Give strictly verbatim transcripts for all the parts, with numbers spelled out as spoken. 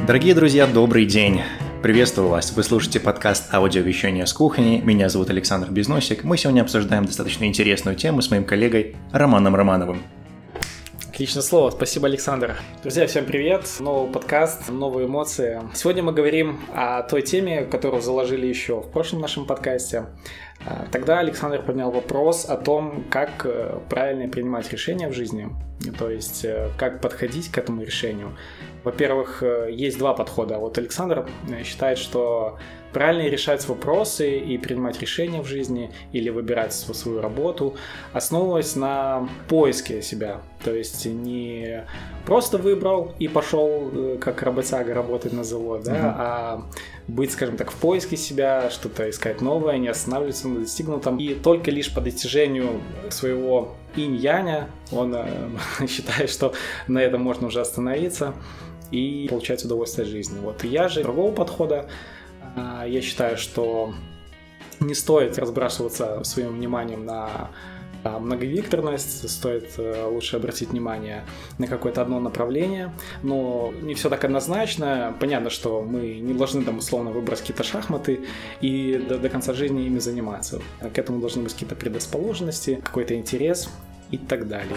Дорогие друзья, добрый день! Приветствую вас! Вы слушаете подкаст «Аудиовещание с кухни». Меня зовут Александр Безносик. Мы сегодня обсуждаем достаточно интересную тему с моим коллегой Романом Романовым. Отличное слово, спасибо, Александр. Друзья, всем привет, новый подкаст, новые эмоции. Сегодня мы говорим о той теме, которую заложили еще в прошлом нашем подкасте. Тогда Александр поднял вопрос о том, как правильно принимать решения в жизни, то есть как подходить к этому решению. Во-первых, есть два подхода. Вот Александр считает, что правильно решать вопросы и принимать решения в жизни или выбирать свою работу, основываясь на поиске себя. То есть не просто выбрал и пошел, как работяга, работать на завод, да, uh-huh. а быть, скажем так, в поиске себя, что-то искать новое, не останавливаться на достигнутом. И только лишь по достижению своего инь-яня он э, считает, что на этом можно уже остановиться и получать удовольствие от жизни. Вот. И я же другого подхода. Я считаю, что не стоит разбрасываться своим вниманием на многовекторность, стоит лучше обратить внимание на какое-то одно направление, но не все так однозначно. Понятно, что мы не должны там условно выбрать какие-то шахматы и до, до конца жизни ими заниматься. К этому должны быть какие-то предрасположенности, какой-то интерес и так далее.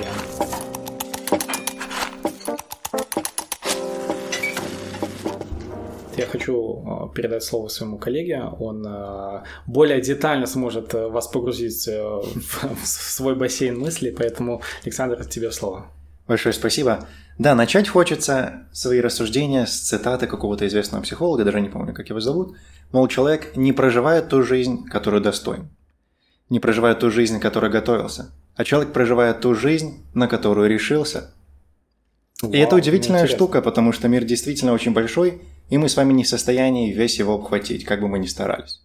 Я хочу передать слово своему коллеге, он более детально сможет вас погрузить в свой бассейн мыслей, поэтому, Александр, тебе слово. Большое спасибо. Да, начать хочется свои рассуждения с цитаты какого-то известного психолога, даже не помню, как его зовут, мол, человек не проживает ту жизнь, которую достоин, не проживает ту жизнь, к которой готовился, а человек проживает ту жизнь, на которую решился. Вау, и это удивительная интересно. штука, потому что мир действительно очень большой, и мы с вами не в состоянии весь его обхватить, как бы мы ни старались.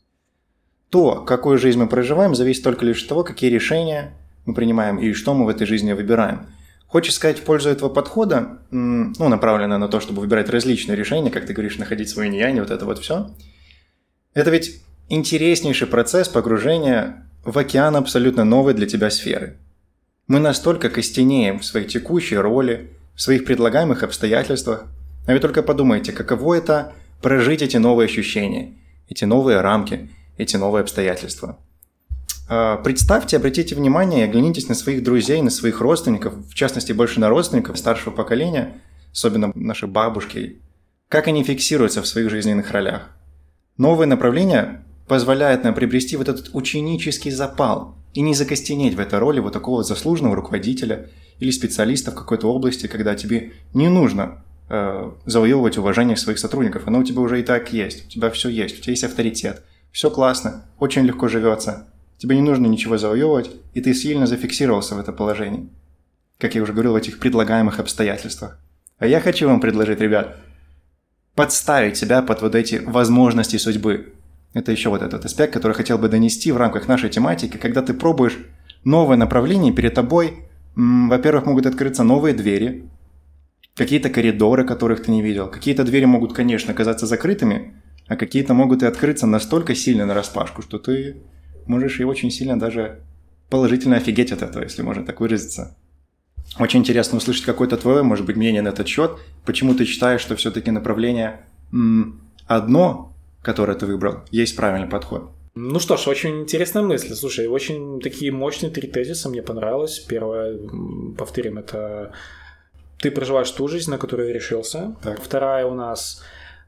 То, какую жизнь мы проживаем, зависит только лишь от того, какие решения мы принимаем и что мы в этой жизни выбираем. Хочешь сказать, в пользу этого подхода, ну, направленного на то, чтобы выбирать различные решения, как ты говоришь, находить свое инь-янь, вот это вот все. Это ведь интереснейший процесс погружения в океан абсолютно новой для тебя сферы. Мы настолько костенеем в своей текущей роли, в своих предлагаемых обстоятельствах. А вы только подумайте, каково это прожить эти новые ощущения, эти новые рамки, эти новые обстоятельства. Представьте, обратите внимание и оглянитесь на своих друзей, на своих родственников, в частности, больше на родственников старшего поколения, особенно наши бабушки, как они фиксируются в своих жизненных ролях. Новое направление позволяет нам приобрести вот этот ученический запал и не закостенеть в этой роли вот такого заслуженного руководителя или специалиста в какой-то области, когда тебе не нужно э, завоевывать уважение своих сотрудников. Оно у тебя уже и так есть, у тебя все есть, у тебя есть авторитет, все классно, очень легко живется, тебе не нужно ничего завоевывать, и ты сильно зафиксировался в это положение, как я уже говорил, в этих предлагаемых обстоятельствах. А я хочу вам предложить, ребят, подставить себя под вот эти возможности судьбы. Это еще вот этот аспект, который хотел бы донести в рамках нашей тематики, когда ты пробуешь новое направление, перед тобой, м, во-первых, могут открыться новые двери, какие-то коридоры, которых ты не видел. Какие-то двери могут, конечно, казаться закрытыми, а какие-то могут и открыться настолько сильно нараспашку, что ты можешь и очень сильно даже положительно офигеть от этого, если можно так выразиться. Очень интересно услышать какое-то твое, может быть, мнение на этот счет. Почему ты считаешь, что все-таки направление м, одно, которое ты выбрал, есть правильный подход? Ну что ж, очень интересная мысль. Слушай, очень такие мощные три тезиса, мне понравилось. Первое, повторим, это ты проживаешь ту жизнь, на которую решился. Так. Вторая у нас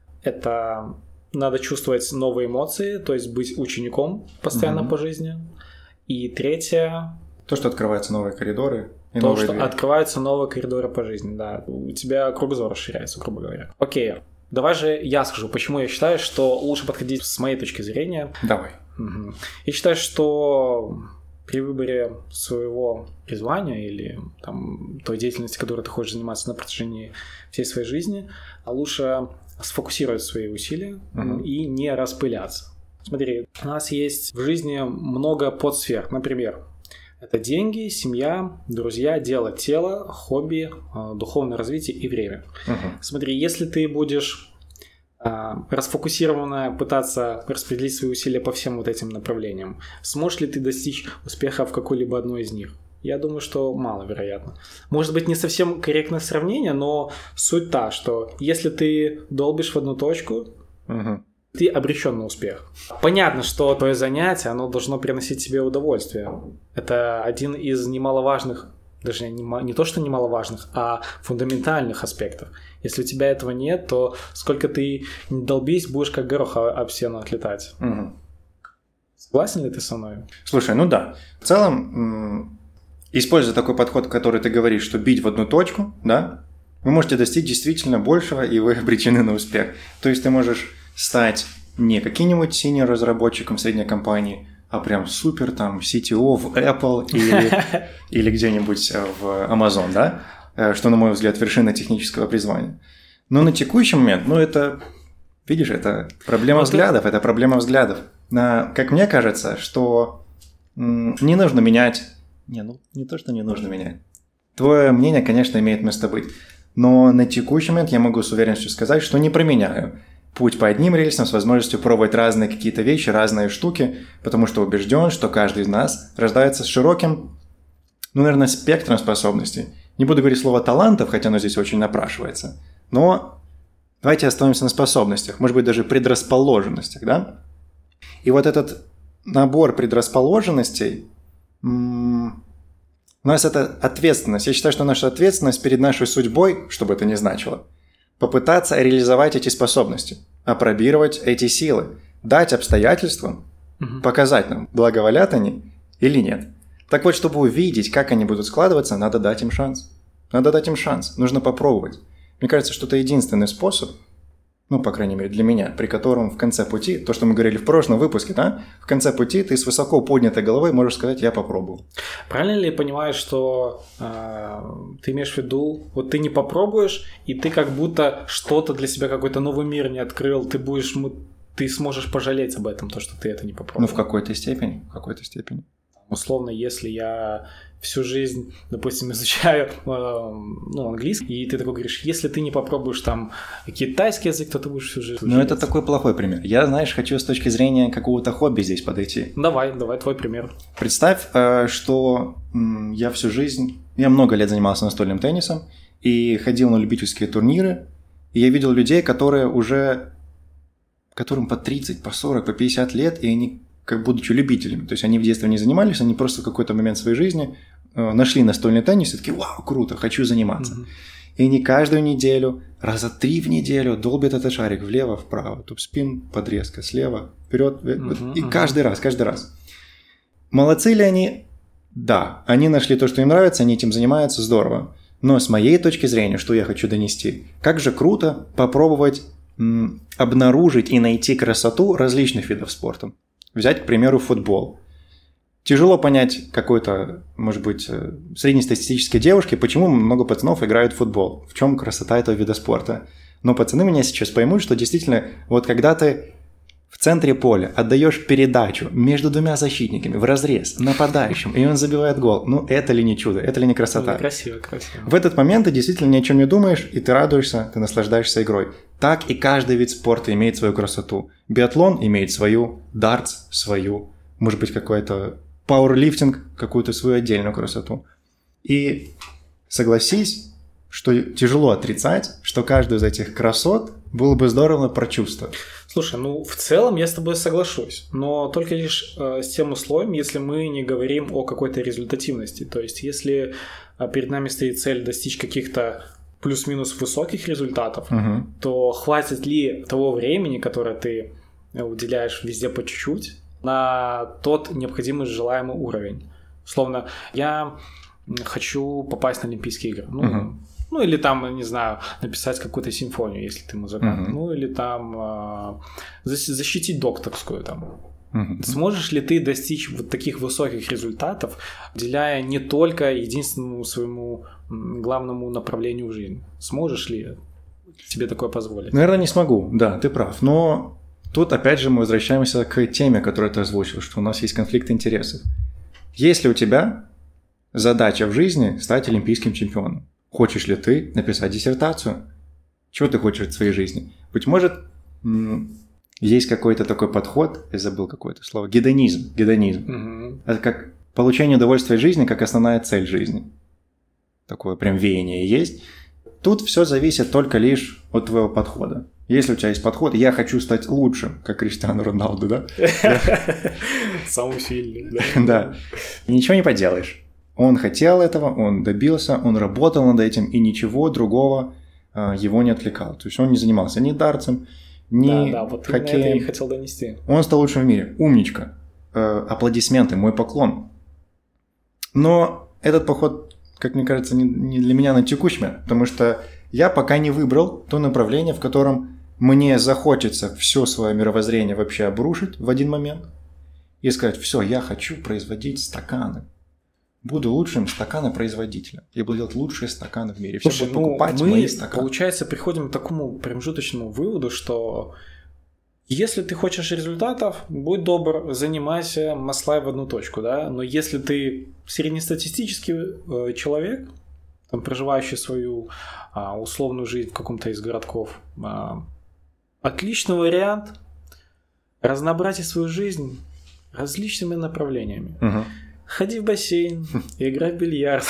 это надо чувствовать новые эмоции, то есть быть учеником постоянно угу. по жизни. И третье... То, что открываются новые коридоры. И то, новые что двери. Открываются новые коридоры по жизни, да. У тебя кругозор расширяется, грубо говоря. Окей. Давай же я скажу, почему я считаю, что лучше подходить с моей точки зрения. Давай. Угу. Я считаю, что при выборе своего призвания или там, той деятельности, которой ты хочешь заниматься на протяжении всей своей жизни, лучше сфокусировать свои усилия угу. и не распыляться. Смотри, у нас есть в жизни много подсфер. Например, это деньги, семья, друзья, дело, тело, хобби, духовное развитие и время. Uh-huh. Смотри, если ты будешь а, расфокусированно пытаться распределить свои усилия по всем вот этим направлениям, сможешь ли ты достичь успеха в какой-либо одной из них? Я думаю, что маловероятно. Может быть, не совсем корректное сравнение, но суть та, что если ты долбишь в одну точку, угу. ты обречен на успех. Понятно, что твое занятие, оно должно приносить тебе удовольствие. Это один из немаловажных, даже не, не то, что немаловажных, а фундаментальных аспектов. Если у тебя этого нет, то сколько ты не долбись, будешь как горох об стену отлетать. Угу. Согласен ли ты со мной? Слушай, ну да. В целом, м- используя такой подход, который ты говоришь, что бить в одну точку, да, вы можете достичь действительно большего, и вы обречены на успех. То есть ты можешь стать не каким-нибудь senior-разработчиком средней компании, а прям супер там си ти о в Apple или, или где-нибудь в Amazon, да, что, на мой взгляд, вершина технического призвания. Но на текущий момент, ну это, видишь, это проблема ну, взглядов, ты... это проблема взглядов. На, как мне кажется, что м- не нужно менять, не, ну не то, что не нужно менять. Твое мнение, конечно, имеет место быть, но на текущий момент я могу с уверенностью сказать, что не променяю путь по одним рельсам с возможностью пробовать разные какие-то вещи, разные штуки, потому что убежден, что каждый из нас рождается с широким, ну, наверное, спектром способностей. Не буду говорить слово «талантов», хотя оно здесь очень напрашивается, но давайте остановимся на способностях, может быть, даже предрасположенностях, да? И вот этот набор предрасположенностей, м- у нас это ответственность. Я считаю, что наша ответственность перед нашей судьбой, что бы это ни значило, попытаться реализовать эти способности, опробировать эти силы, дать обстоятельствам, угу. показать нам, благоволят они или нет. Так вот, чтобы увидеть, как они будут складываться, надо дать им шанс. Надо дать им шанс, нужно попробовать. Мне кажется, что это единственный способ, ну, по крайней мере, для меня, при котором в конце пути, то, что мы говорили в прошлом выпуске, да, в конце пути ты с высоко поднятой головой можешь сказать «я попробовал». Правильно ли понимаешь, что э, ты имеешь в виду, вот ты не попробуешь, и ты как будто что-то для себя, какой-то новый мир не открыл, ты будешь, ты сможешь пожалеть об этом, то, что ты это не попробовал? Ну, в какой-то степени, в какой-то степени. Условно, если я всю жизнь, допустим, изучаю э, ну, английский, и ты такой говоришь, если ты не попробуешь там китайский язык, то ты будешь всю жизнь... Ну, это такой плохой пример. Я, знаешь, хочу с точки зрения какого-то хобби здесь подойти. Давай, давай, твой пример. Представь, э, что м, я всю жизнь... Я много лет занимался настольным теннисом и ходил на любительские турниры, и я видел людей, которые уже... которым по тридцать, по сорок, по пятьдесят лет, и они... как будучи любителями. То есть они в детстве не занимались, они просто в какой-то момент своей жизни э, нашли настольный теннис и такие, вау, круто, хочу заниматься. Mm-hmm. И они каждую неделю, раза три в неделю долбят этот шарик влево, вправо, топ-спин, подрезка, слева, вперед. Mm-hmm. И каждый раз, каждый раз. Молодцы ли они? Да. Они нашли то, что им нравится, они этим занимаются, здорово. Но с моей точки зрения, что я хочу донести, как же круто попробовать м, обнаружить и найти красоту различных видов спорта. Взять, к примеру, футбол. Тяжело понять какой-то, может быть, среднестатистической девушке, почему много пацанов играют в футбол, в чем красота этого вида спорта. Но пацаны меня сейчас поймут, что действительно, вот когда ты в центре поля отдаешь передачу между двумя защитниками в разрез нападающим, и он забивает гол, ну это ли не чудо, это ли не красота? Красиво, красиво. В этот момент ты действительно ни о чем не думаешь, и ты радуешься, ты наслаждаешься игрой. Так и каждый вид спорта имеет свою красоту. Биатлон имеет свою, дартс свою, может быть, какой-то пауэрлифтинг, какую-то свою отдельную красоту. И согласись, что тяжело отрицать, что каждую из этих красот было бы здорово прочувствовать. Слушай, ну в целом я с тобой соглашусь, но только лишь э, с тем условием, если мы не говорим о какой-то результативности. То есть если э, перед нами стоит цель достичь каких-то плюс-минус высоких результатов, угу. то хватит ли того времени, которое ты уделяешь везде по чуть-чуть, на тот необходимый желаемый уровень? Условно, я хочу попасть на Олимпийские игры. Ну, угу. ну или там, не знаю, написать какую-то симфонию, если ты музыкант. Угу. Ну или там э, защитить докторскую там. Угу. Сможешь ли ты достичь вот таких высоких результатов, уделяя не только единственному своему главному направлению в жизни? Сможешь ли тебе такое позволить? Наверное, не смогу, да, ты прав. Но тут опять же мы возвращаемся к теме, которую ты озвучил, что у нас есть конфликт интересов. Если у тебя задача в жизни стать олимпийским чемпионом, хочешь ли ты написать диссертацию? Чего ты хочешь от своей жизни? Быть может, есть какой-то такой подход, я забыл какое-то слово, гедонизм. Гедонизм. Угу. Это как получение удовольствия от жизни как основная цель жизни. Такое прям веяние есть. Тут все зависит только лишь от твоего подхода. Если у тебя есть подход, я хочу стать лучшим, как Криштиану Роналду, да? Самым сильным, да? Да. Ничего не поделаешь. Он хотел этого, он добился, он работал над этим, и ничего другого его не отвлекало. То есть он не занимался ни дартсом, ни хоккеем. Да, да, вот именно это я и хотел донести. Он стал лучшим в мире. Умничка. Аплодисменты, мой поклон. Но этот поход, как мне кажется, не для меня на текущий момент, потому что я пока не выбрал то направление, в котором мне захочется все свое мировоззрение вообще обрушить в один момент и сказать: все, я хочу производить стаканы. Буду лучшим стаканопроизводителем. Я буду делать лучшие стаканы в мире. Все Слушай, будут покупать ну, мы, мои стаканы. Получается, приходим к такому промежуточному выводу, что если ты хочешь результатов, будь добр, занимайся маслай в одну точку, да. Но если ты среднестатистический э, человек, там, проживающий свою а, условную жизнь в каком-то из городков, а, отличный вариант разнообразить свою жизнь различными направлениями. Угу. Ходи в бассейн, играй в бильярд,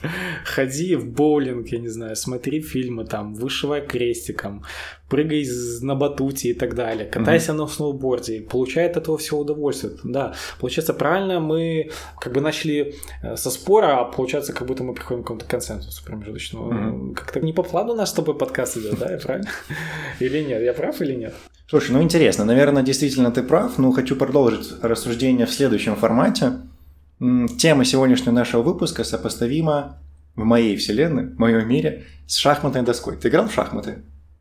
ходи в боулинг, я не знаю, смотри фильмы, там, вышивай крестиком, прыгай на батуте и так далее, катайся mm-hmm. на сноуборде, получай от этого всего удовольствие. Да, получается, правильно мы как бы начали со спора, а получается, как будто мы приходим к какому-то консенсусу промежуточному. Mm-hmm. Как-то не по плану у нас с тобой подкаст идет, да, я правильно? Или нет? Я прав или нет? Слушай, ну интересно, наверное, действительно ты прав, но хочу продолжить рассуждение в следующем формате. Тема сегодняшнего нашего выпуска сопоставима в моей вселенной, в моем мире, с шахматной доской. Ты играл в шахматы?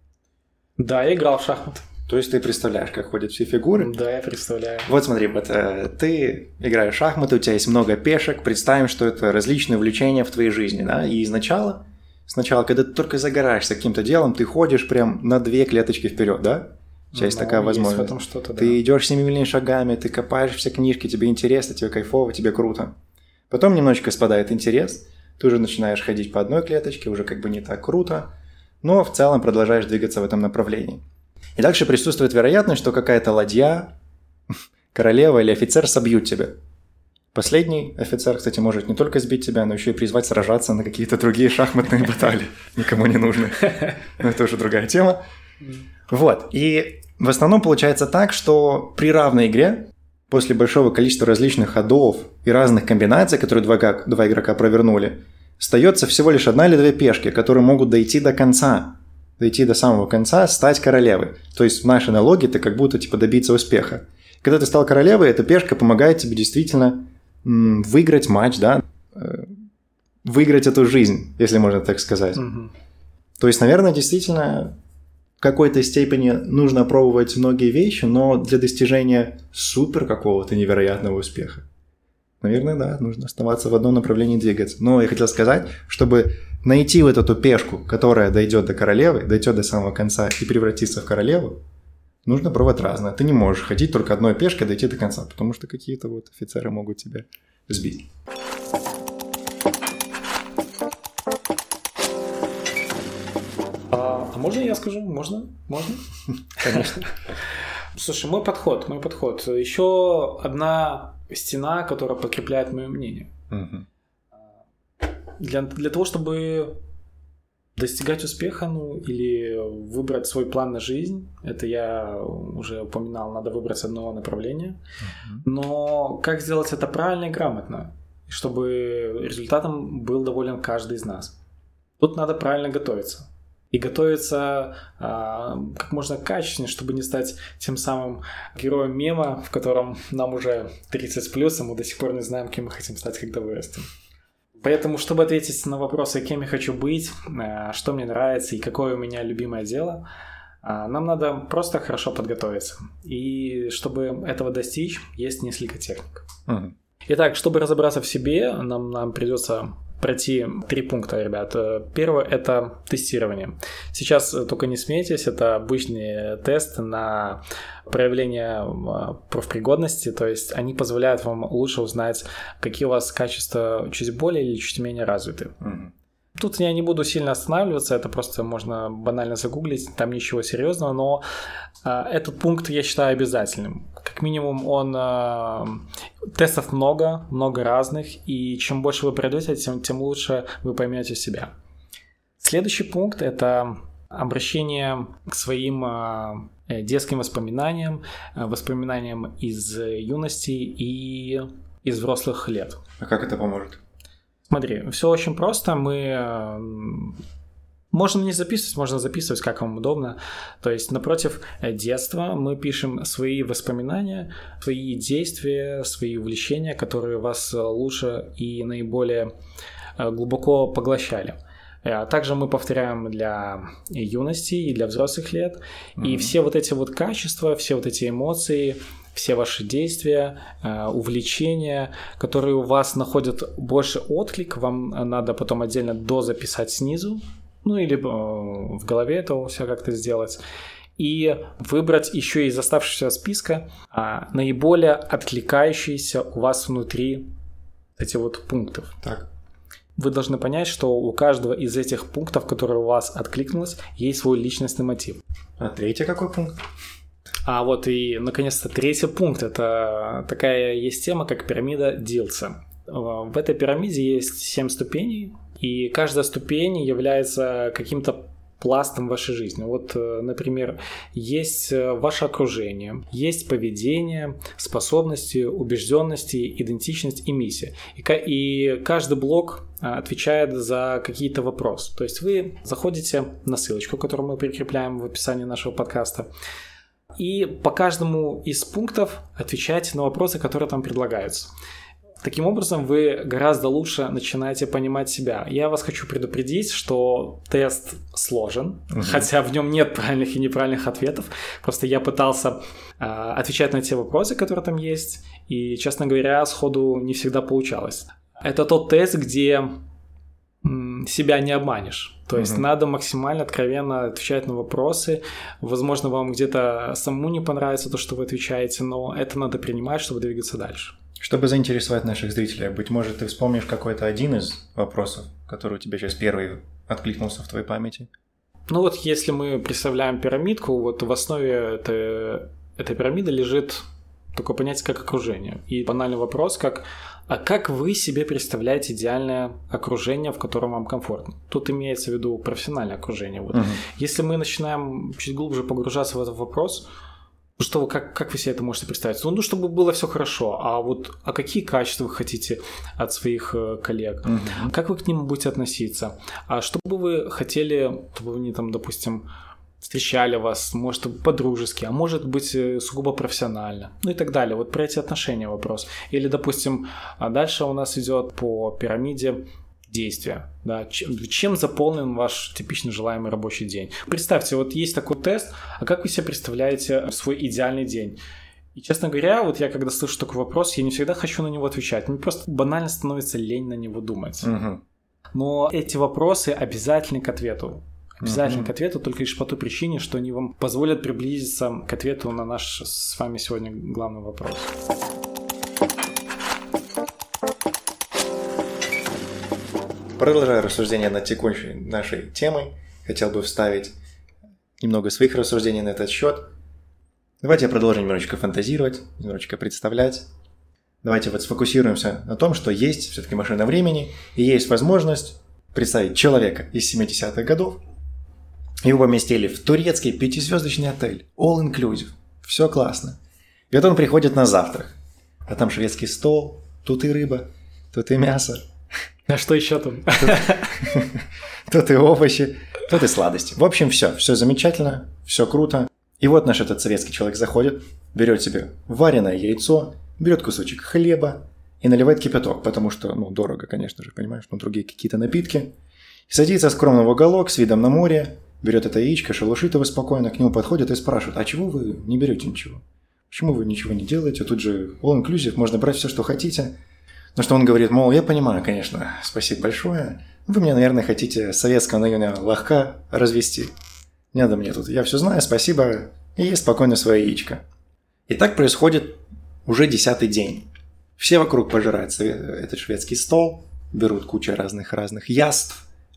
Да, я играл в шахматы. То есть ты представляешь, как ходят все фигуры? Да, я представляю. Вот смотри, вот, э, ты играешь в шахматы, у тебя есть много пешек, представим, что это различные увлечения в твоей жизни, да, и сначала, сначала, когда ты только загораешься каким-то делом, ты ходишь прям на две клеточки вперед, да? У тебя есть ну, такая возможность. Есть в этом что-то, ты да. идешь семимильными шагами, ты копаешь все книжки, тебе интересно, тебе кайфово, тебе круто. Потом немножечко спадает интерес, ты уже начинаешь ходить по одной клеточке, уже как бы не так круто, но в целом продолжаешь двигаться в этом направлении. И дальше присутствует вероятность, что какая-то ладья, королева или офицер собьют тебя. Последний офицер, кстати, может не только сбить тебя, но еще и призвать сражаться на какие-то другие шахматные баталии, никому не нужны. Но это уже другая тема. Вот, и в основном получается так, что при равной игре, после большого количества различных ходов и разных комбинаций, которые два, два игрока провернули, остается всего лишь одна или две пешки, которые могут дойти до конца, дойти до самого конца, стать королевой. То есть в нашей аналогии ты как будто типа добиться успеха. Когда ты стал королевой, эта пешка помогает тебе действительно м- выиграть матч, да, э- выиграть эту жизнь, если можно так сказать. Mm-hmm. То есть, наверное, действительно... В какой-то степени нужно пробовать многие вещи, но для достижения супер какого-то невероятного успеха. Наверное, да, нужно оставаться в одном направлении двигаться. Но я хотел сказать, чтобы найти вот эту пешку, которая дойдет до королевы, дойдет до самого конца и превратиться в королеву, нужно пробовать разное. Ты не можешь ходить только одной пешкой дойти до конца, потому что какие-то вот офицеры могут тебя сбить. А можно я скажу? Можно? Можно? Конечно. Слушай, мой подход, мой подход. Еще одна стена, которая подкрепляет мое мнение. Угу. Для, для того, чтобы достигать успеха, ну, или выбрать свой план на жизнь, это я уже упоминал, надо выбрать одно направление. Угу. Но как сделать это правильно и грамотно, чтобы результатом был доволен каждый из нас? Тут надо правильно готовиться. И готовиться а, как можно качественнее, чтобы не стать тем самым героем мема, в котором нам уже тридцать с плюсом, мы до сих пор не знаем, кем мы хотим стать, когда вырастем. Поэтому, чтобы ответить на вопросы, кем я хочу быть, а, что мне нравится и какое у меня любимое дело, а, нам надо просто хорошо подготовиться. И чтобы этого достичь, есть несколько техник. Mm-hmm. Итак, чтобы разобраться в себе, нам, нам придется... пройти три пункта, ребят. Первое – это тестирование. Сейчас только не смейтесь, это обычный тест на проявление профпригодности, то есть они позволяют вам лучше узнать, какие у вас качества чуть более или чуть менее развиты. Mm-hmm. Тут я не буду сильно останавливаться, это просто можно банально загуглить, там ничего серьезного, но э, этот пункт я считаю обязательным. Как минимум он... Э, тестов много, много разных, и чем больше вы пройдете, тем, тем лучше вы поймете себя. Следующий пункт – это обращение к своим э, детским воспоминаниям, э, воспоминаниям из юности и из взрослых лет. А как это поможет? Смотри, все очень просто. Мы можно не записывать, можно записывать, как вам удобно. То есть напротив детства мы пишем свои воспоминания, свои действия, свои увлечения, которые вас лучше и наиболее глубоко поглощали. Также мы повторяем для юности и для взрослых лет. Mm-hmm. И все вот эти вот качества, все вот эти эмоции, все ваши действия, увлечения, которые у вас находят больше отклик, вам надо потом отдельно дозаписать снизу, ну или в голове это все как-то сделать, и выбрать еще из оставшегося списка наиболее откликающиеся у вас внутри эти вот пунктов. Так. Вы должны понять, что у каждого из этих пунктов, которые у вас откликнулось, есть свой личностный мотив. А третий какой пункт? А вот и, наконец-то, третий пункт. Это такая есть тема, как пирамида Дилса. В этой пирамиде есть семь ступеней, и каждая ступень является каким-то пластом вашей жизни. Вот, например, есть ваше окружение, есть поведение, способности, убежденности, идентичность и миссия. И, и каждый блок отвечает за какие-то вопросы. То есть вы заходите на ссылочку, которую мы прикрепляем в описании нашего подкаста, и по каждому из пунктов отвечаете на вопросы, которые там предлагаются. Таким образом, вы гораздо лучше начинаете понимать себя. Я вас хочу предупредить, что тест сложен, угу. хотя в нем нет правильных и неправильных ответов. Просто я пытался э, отвечать на те вопросы, которые там есть, и, честно говоря, сходу не всегда получалось. Это тот тест, где м, себя не обманешь. То есть угу. надо максимально откровенно отвечать на вопросы. Возможно, вам где-то самому не понравится то, что вы отвечаете, но это надо принимать, чтобы двигаться дальше. Чтобы заинтересовать наших зрителей, быть может, ты вспомнишь какой-то один из вопросов, который у тебя сейчас первый откликнулся в твоей памяти? Ну вот если мы представляем пирамидку, вот в основе этой, этой пирамиды лежит такое понятие, как окружение. И банальный вопрос, как а как вы себе представляете идеальное окружение, в котором вам комфортно? Тут имеется в виду профессиональное окружение. Вот. Угу. Если мы начинаем чуть глубже погружаться в этот вопрос, что, как, как вы себе это можете представить? Ну, чтобы было все хорошо, а вот а какие качества вы хотите от своих э, коллег? Mm-hmm. Как вы к ним будете относиться? А что бы вы хотели, чтобы они там, допустим, встречали вас, может, по-дружески, а может быть, сугубо профессионально, ну и так далее. Вот про эти отношения вопрос. Или, допустим, дальше у нас идет по пирамиде действия, да, чем, чем заполнен ваш типично желаемый рабочий день. Представьте, вот есть такой тест, а как вы себе представляете свой идеальный день? И, честно говоря, вот я когда слышу такой вопрос, я не всегда хочу на него отвечать, мне просто банально становится лень на него думать. Угу. Но эти вопросы обязательны к ответу. Обязательно uh-huh. к ответу, только лишь по той причине, что они вам позволят приблизиться к ответу на наш с вами сегодня главный вопрос. Продолжая рассуждение над текущей нашей темой, хотел бы вставить немного своих рассуждений на этот счет. Давайте продолжим немножечко фантазировать, немножечко представлять. Давайте вот сфокусируемся на том, что есть все-таки машина времени, и есть возможность представить человека из семидесятых годов. Его поместили в турецкий пятизвездочный отель, all inclusive, все классно. И вот он приходит на завтрак, а там шведский стол, тут и рыба, тут и мясо. А что еще там? Тут и овощи, тут и сладости. В общем, все, все замечательно, все круто. И вот наш этот советский человек заходит, берет себе вареное яйцо, берет кусочек хлеба и наливает кипяток, потому что, ну, дорого, конечно же, понимаешь, но другие какие-то напитки. И садится скромно в уголок с видом на море, берет это яичко, шелушит его спокойно, к нему подходит и спрашивает, а чего вы не берете ничего? Почему вы ничего не делаете? Тут же all inclusive, можно брать все, что хотите. На что он говорит, мол, я понимаю, конечно, спасибо большое. Вы меня, наверное, хотите советского наивного лохка развести. Не надо мне тут, я все знаю, спасибо, и ешь спокойно свое яичко. И так происходит уже десятый день. Все вокруг пожирают этот шведский стол, берут кучу разных-разных яств,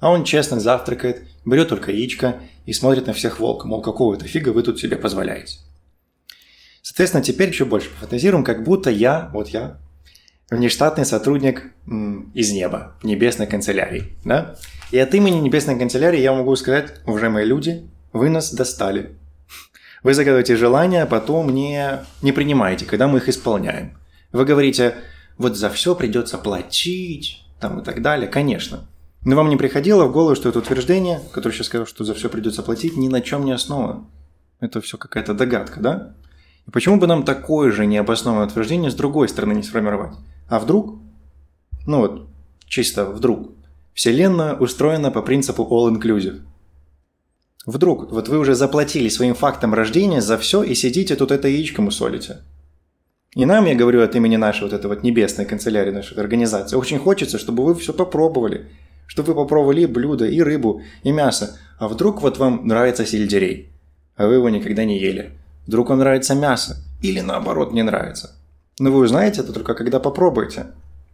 А он честно завтракает, берет только яичко и смотрит на всех волком, мол, какого это фига вы тут себе позволяете. Соответственно, теперь еще больше пофантазируем, как будто я, вот я, внештатный сотрудник м, из неба, небесной канцелярии. Да? И от имени небесной канцелярии я могу сказать, уважаемые люди, вы нас достали. Вы загадываете желания, а потом не, не принимаете, когда мы их исполняем. Вы говорите, вот за все придется платить, там и так далее. Конечно. Но вам не приходило в голову, что это утверждение, которое сейчас сказал, что за все придется платить, ни на чем не основано. Это все какая-то догадка, да? И почему бы нам такое же необоснованное утверждение с другой стороны не сформировать? А вдруг, ну вот, чисто вдруг, Вселенная устроена по принципу all-inclusive. Вдруг, вот вы уже заплатили своим фактом рождения за все и сидите тут это яичко мусолите. И нам, я говорю от имени нашей вот этой вот небесной канцелярии, нашей организации, очень хочется, чтобы вы все попробовали. Чтобы вы попробовали и блюдо, и рыбу, и мясо. А вдруг вот вам нравится сельдерей, а вы его никогда не ели. Вдруг вам нравится мясо, или наоборот не нравится. Но вы узнаете это только когда попробуете.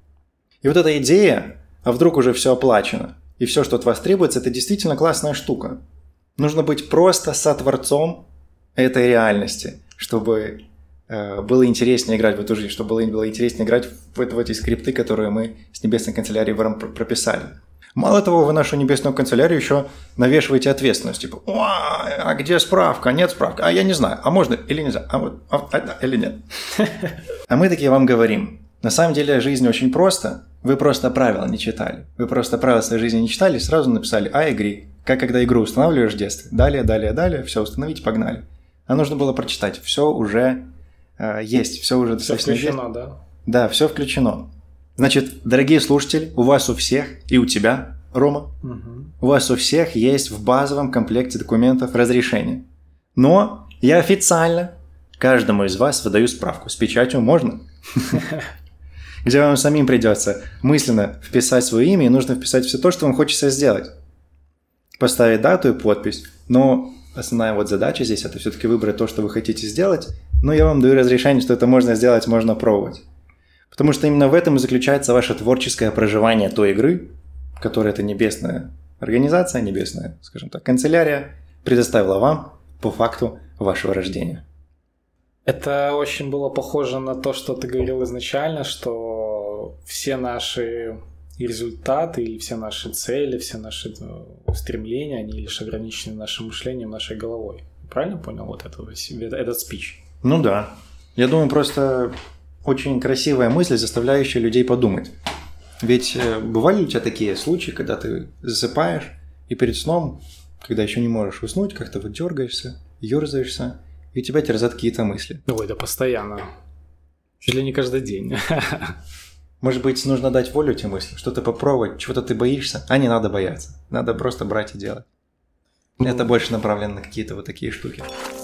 И вот эта идея, а вдруг уже все оплачено, и все, что от вас требуется, это действительно классная штука. Нужно быть просто сотворцом этой реальности, чтобы э, было интереснее играть в эту жизнь, чтобы было, было интереснее играть в, в эти скрипты, которые мы с небесной канцелярией вам прописали. Мало того, вы нашу небесную канцелярию еще навешиваете ответственность. Типа, а где справка? Нет справки. А я не знаю. А можно или нельзя? А вот, а, а, или нет? А мы такие вам говорим. На самом деле жизнь очень просто. Вы просто правила не читали. Вы просто правила своей жизни не читали, сразу написали «I agree». Как когда игру устанавливаешь в детстве. Далее, далее, далее. Все, установить, погнали. А нужно было прочитать. Все уже э, есть. Все уже все включено, есть. Да? Да, все включено. Значит, дорогие слушатели, у вас у всех, и у тебя, Рома, угу. у вас у всех есть в базовом комплекте документов разрешение. Но я официально каждому из вас выдаю справку. С печатью можно? Где вам самим придется мысленно вписать свое имя, и нужно вписать все то, что вам хочется сделать. Поставить дату и подпись. Но основная вот задача здесь – это все-таки выбрать то, что вы хотите сделать. Но я вам даю разрешение, что это можно сделать, можно пробовать. Потому что именно в этом и заключается ваше творческое проживание той игры, которую эта небесная организация, небесная, скажем так, канцелярия предоставила вам по факту вашего рождения. Это очень было похоже на то, что ты говорил изначально, что все наши результаты или все наши цели, все наши стремления, они лишь ограничены нашим мышлением, нашей головой. Правильно понял вот это, этот спич? Ну да. Я думаю, просто очень красивая мысль, заставляющая людей подумать. Ведь бывали ли у тебя такие случаи, когда ты засыпаешь, и перед сном, когда еще не можешь уснуть, как-то вот дергаешься, ерзаешься, и тебя терзат какие-то мысли? Ой, да постоянно. Чуть ли не каждый день. Может быть, нужно дать волю этим мыслям, что-то попробовать, чего-то ты боишься, а не надо бояться. Надо просто брать и делать. Это больше направлено на какие-то вот такие штуки.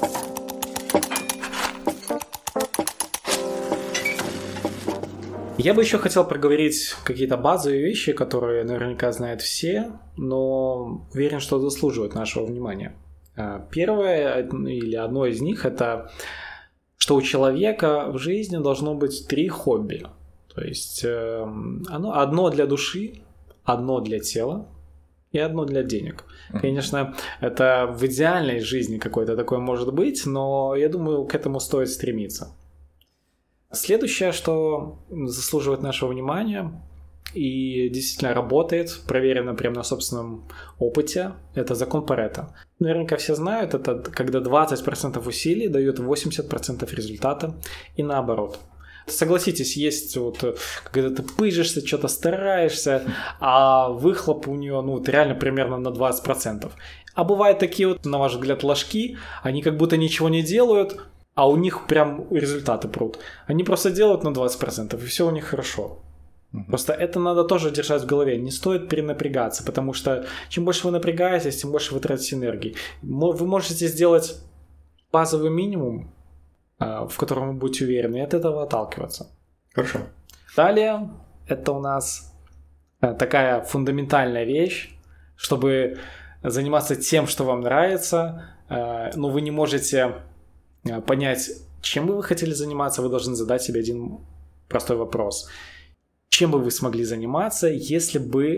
Я бы еще хотел проговорить какие-то базовые вещи, которые наверняка знают все, но уверен, что заслуживают нашего внимания. Первое или одно из них – это что у человека в жизни должно быть три хобби. То есть оно, одно для души, одно для тела и одно для денег. Конечно, это в идеальной жизни какое-то такое может быть, но я думаю, к этому стоит стремиться. Следующее, что заслуживает нашего внимания и действительно работает, проверено прямо на собственном опыте, это закон Парето. Наверняка все знают, это когда двадцать процентов усилий дает восемьдесят процентов результата и наоборот. Согласитесь, есть вот, когда ты пыжишься, что-то стараешься, а выхлоп у нее, ну, вот реально примерно на двадцать процентов. А бывают такие вот, на ваш взгляд, ложки, они как будто ничего не делают, а у них прям результаты прут. Они просто делают на двадцать процентов, и все у них хорошо. Mm-hmm. Просто это надо тоже держать в голове. Не стоит перенапрягаться, потому что чем больше вы напрягаетесь, тем больше вы тратите энергии. Вы можете сделать базовый минимум, в котором вы будете уверены, и от этого отталкиваться. Хорошо. Далее, это у нас такая фундаментальная вещь, чтобы заниматься тем, что вам нравится, но вы не можете понять, чем бы вы хотели заниматься, вы должны задать себе один простой вопрос. Чем бы вы смогли заниматься, если бы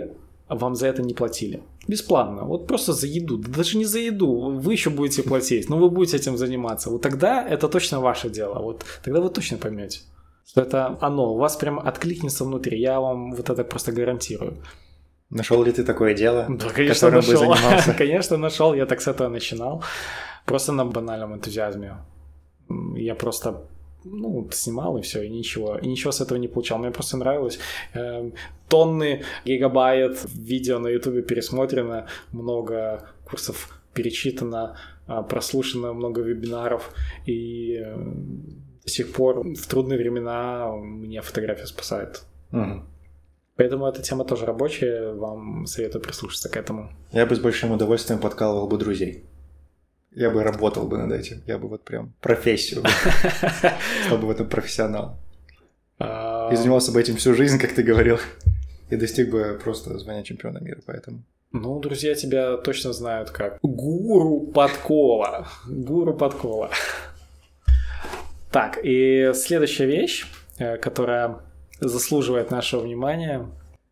вам за это не платили. Бесплатно. Вот просто за еду. Да даже не за еду. Вы еще будете платить, но вы будете этим заниматься. Вот тогда это точно ваше дело. Вот тогда вы точно поймете, что это оно. У вас прям откликнется внутри. Я вам вот это просто гарантирую. Нашел ли ты такое дело, да, конечно, которым нашел. бы занимался? Конечно, нашел. Я так с этого начинал. Просто на банальном энтузиазме. Я просто... ну, снимал и все, и ничего. И ничего с этого не получал. Мне просто нравилось. Э, тонны гигабайт видео на Ютубе пересмотрено, много курсов перечитано, э, прослушано, много вебинаров. И э, до сих пор в трудные времена меня фотография спасает. Угу. Поэтому эта тема тоже рабочая. Вам советую прислушаться к этому. Я бы с большим удовольствием подкалывал бы друзей. Я бы работал бы над этим. Я бы вот прям профессию бы. Стал бы в этом профессионал. И занимался бы этим всю жизнь, как ты говорил. И достиг бы просто звания чемпиона мира, поэтому... Ну, друзья тебя точно знают как гуру подкола. Гуру подкола. Так, и следующая вещь, которая заслуживает нашего внимания,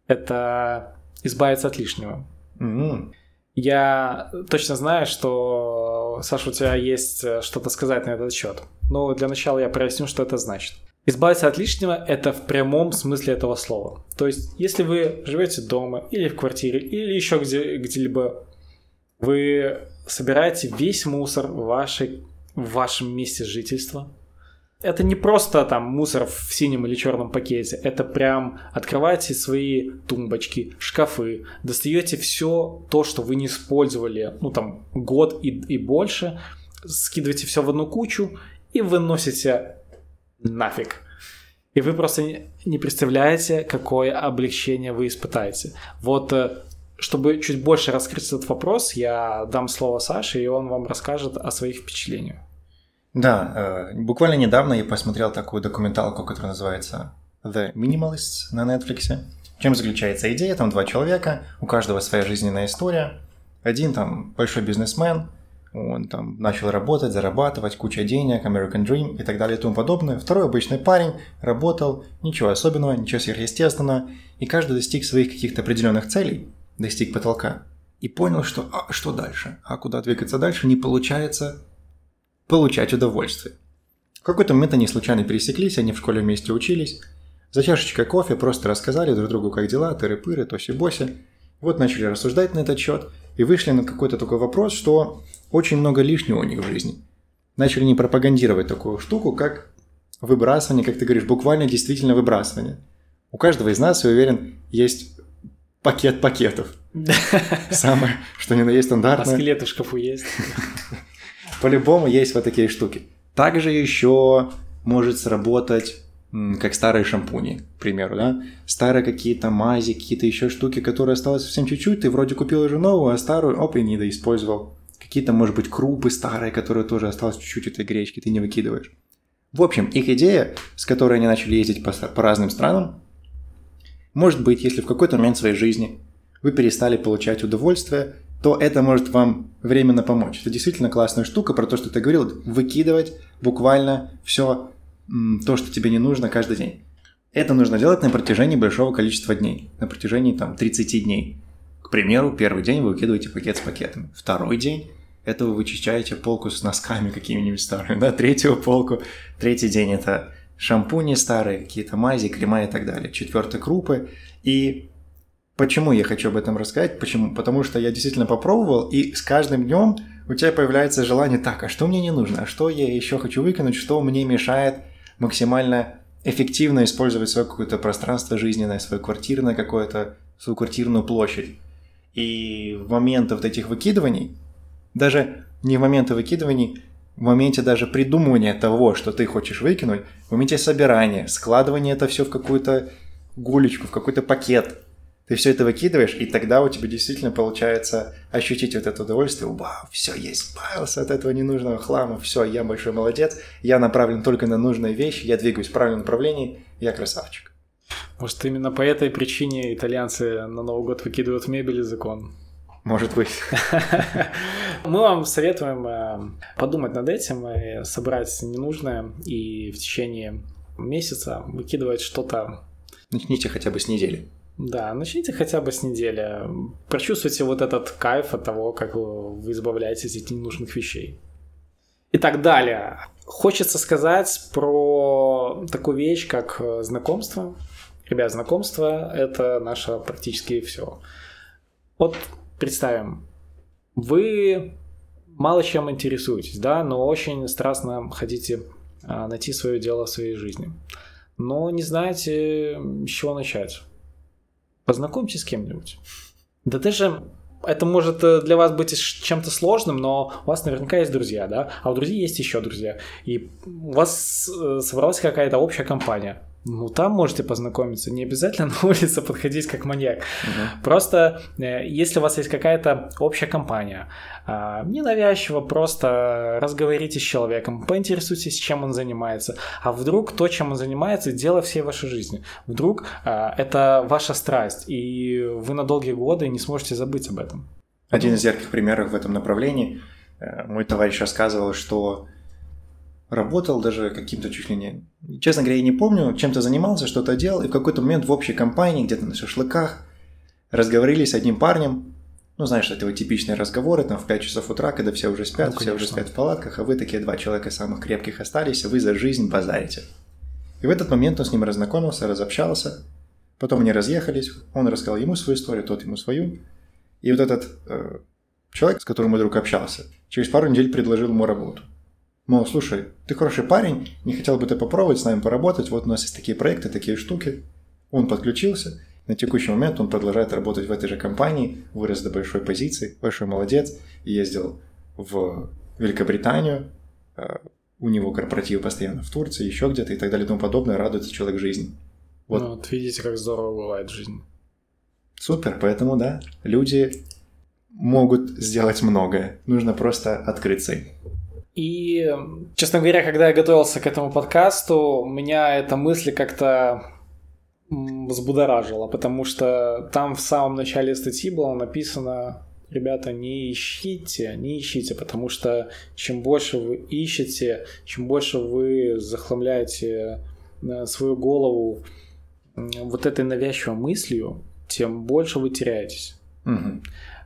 это избавиться от лишнего. Mm-hmm. Я точно знаю, что, Саша, у тебя есть что-то сказать на этот счет. Но для начала я проясню, что это значит. Избавиться от лишнего – это в прямом смысле этого слова. То есть, если вы живете дома или в квартире, или еще где- где-либо, вы собираете весь мусор в, вашей, в вашем месте жительства. Это не просто там мусор в синем или черном пакете. Это прям открываете свои тумбочки, шкафы, достаете все то, что вы не использовали, ну там год и, и больше, скидываете все в одну кучу и выносите нафиг. И вы просто не, не представляете, какое облегчение вы испытаете. Вот, чтобы чуть больше раскрыть этот вопрос, я дам слово Саше, и он вам расскажет о своих впечатлениях. Да, э, буквально недавно я посмотрел такую документалку, которая называется The Minimalists на Netflix. В чем заключается идея? Там два человека, у каждого своя жизненная история. Один там большой бизнесмен, он там начал работать, зарабатывать, куча денег, American Dream и так далее и тому подобное. Второй обычный парень, работал, ничего особенного, ничего сверхъестественного. И каждый достиг своих каких-то определенных целей, достиг потолка. И понял, что а что дальше? А куда двигаться дальше? Не получается получать удовольствие. В какой-то момент они случайно пересеклись, они в школе вместе учились. За чашечкой кофе просто рассказали друг другу, как дела, тыры-пыры, тоси-боси. Вот начали рассуждать на этот счет и вышли на какой-то такой вопрос, что очень много лишнего у них в жизни. Начали не пропагандировать такую штуку, как выбрасывание, как ты говоришь, буквально действительно выбрасывание. У каждого из нас, я уверен, есть пакет пакетов. Самое, что ни на есть стандартное. А скелеты в шкафу есть? По-любому есть вот такие штуки. Также еще может сработать, как старые шампуни, к примеру, да? Старые какие-то мази, какие-то еще штуки, которые осталось совсем чуть-чуть, ты вроде купил уже новую, а старую, оп, и не доиспользовал. Какие-то, может быть, крупы старые, которые тоже осталось чуть-чуть этой гречки, ты не выкидываешь. В общем, их идея, с которой они начали ездить по, по разным странам, может быть, если в какой-то момент своей жизни вы перестали получать удовольствие, то это может вам временно помочь. Это действительно классная штука про то, что ты говорил, выкидывать буквально все то, что тебе не нужно каждый день. Это нужно делать на протяжении большого количества дней, на протяжении там тридцать дней. К примеру, первый день вы выкидываете пакет с пакетами, второй день это вы вычищаете полку с носками какими-нибудь старыми, да, третью полку, третий день это шампуни старые, какие-то мази, крема и так далее, четвертый крупы. И почему я хочу об этом рассказать? Почему? Потому что я действительно попробовал, и с каждым днем у тебя появляется желание, так, а что мне не нужно, а что я еще хочу выкинуть, что мне мешает максимально эффективно использовать свое какое-то пространство жизненное, свое квартирное какое-то, свою квартирную площадь. И в момент вот этих выкидываний, даже не в моменты выкидываний, в моменте даже придумывания того, что ты хочешь выкинуть, в моменте собирания, складывания это все в какую-то гулечку, в какой-то пакет, ты все это выкидываешь, и тогда у тебя действительно получается ощутить вот это удовольствие. Вау, все, я избавился от этого ненужного хлама, все, я большой молодец, я направлен только на нужные вещи, я двигаюсь в правильном направлении, я красавчик. Может, именно по этой причине итальянцы на Новый год выкидывают мебель из икон? Может быть. Мы вам советуем подумать над этим и собрать ненужное, и в течение месяца выкидывать что-то. Начните хотя бы с недели. Да, начните хотя бы с недели. Прочувствуйте вот этот кайф от того, как вы избавляетесь от ненужных вещей. И так далее. Хочется сказать про такую вещь, как знакомство. Ребят, знакомство – это наше практически все. Вот представим, вы мало чем интересуетесь, да, но очень страстно хотите найти свое дело в своей жизни. Но не знаете, с чего начать. Познакомьтесь с кем-нибудь. Да даже это может для вас быть чем-то сложным, но у вас наверняка есть друзья, да? А у друзей есть еще друзья. И у вас собралась какая-то общая компания. Ну, там можете познакомиться. Не обязательно на улице подходить как маньяк. Uh-huh. Просто, если у вас есть какая-то общая компания, ненавязчиво просто разговоритесь с человеком, поинтересуйтесь, чем он занимается. А вдруг то, чем он занимается, дело всей вашей жизни. Вдруг это ваша страсть, и вы на долгие годы не сможете забыть об этом. Один из ярких примеров в этом направлении. Мой товарищ рассказывал, что работал даже каким-то чуть ли не... Честно говоря, я не помню, чем-то занимался, что-то делал, и в какой-то момент в общей компании, где-то на шашлыках, разговорились с одним парнем. Ну, знаешь, это вот типичные разговоры, там, в пять часов утра, когда все уже спят, ну, все уже спят в палатках, а вы такие два человека самых крепких остались, а вы за жизнь базарите. И в этот момент он с ним разнакомился, разобщался, потом они разъехались, он рассказал ему свою историю, тот ему свою. И вот этот э, человек, с которым мой друг общался, через пару недель предложил ему работу. Мол, слушай, ты хороший парень, не хотел бы ты попробовать с нами поработать, вот у нас есть такие проекты, такие штуки. Он подключился, на текущий момент он продолжает работать в этой же компании, вырос до большой позиции, большой молодец, ездил в Великобританию, у него корпоративы постоянно в Турции, еще где-то и так далее и тому подобное, радуется человек жизни. Вот. Ну, вот видите, как здорово бывает жизнь. Супер, поэтому да, люди могут сделать многое, нужно просто открыться им. И, честно говоря, когда я готовился к этому подкасту, меня эта мысль как-то взбудоражила, потому что там в самом начале статьи было написано: ребята, не ищите, не ищите, потому что чем больше вы ищете, чем больше вы захламляете свою голову вот этой навязчивой мыслью, тем больше вы теряетесь. Угу.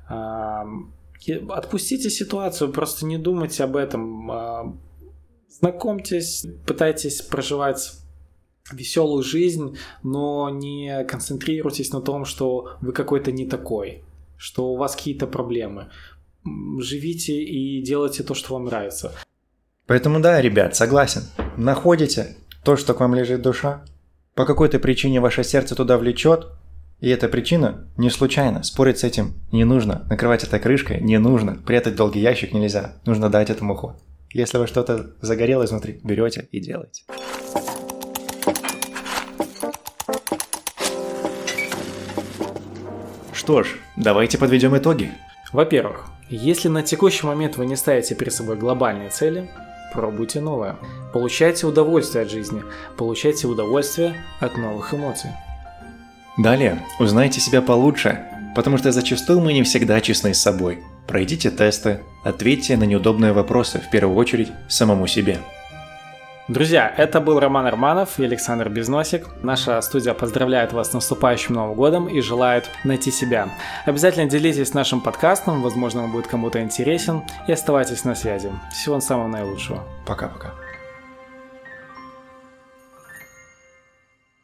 Отпустите ситуацию, просто не думайте об этом. Знакомьтесь, пытайтесь проживать веселую жизнь, но не концентрируйтесь на том, что вы какой-то не такой, что у вас какие-то проблемы. Живите и делайте то, что вам нравится. Поэтому да, ребят, согласен. Находите то, что к вам лежит душа. По какой-то причине ваше сердце туда влечет, и эта причина не случайна. Спорить с этим не нужно. Накрывать это крышкой не нужно. Прятать долгий ящик нельзя. Нужно дать этому ход. Если вы что-то загорелось внутри, берете и делаете. Что ж, давайте подведем итоги. Во-первых, если на текущий момент вы не ставите перед собой глобальные цели, пробуйте новое. Получайте удовольствие от жизни. Получайте удовольствие от новых эмоций. Далее, узнайте себя получше, потому что зачастую мы не всегда честны с собой. Пройдите тесты, ответьте на неудобные вопросы, в первую очередь, самому себе. Друзья, это был Роман Арманов и Александр Безносик. Наша студия поздравляет вас с наступающим Новым годом и желает найти себя. Обязательно делитесь нашим подкастом, возможно, он будет кому-то интересен, и оставайтесь на связи. Всего самого наилучшего. Пока-пока.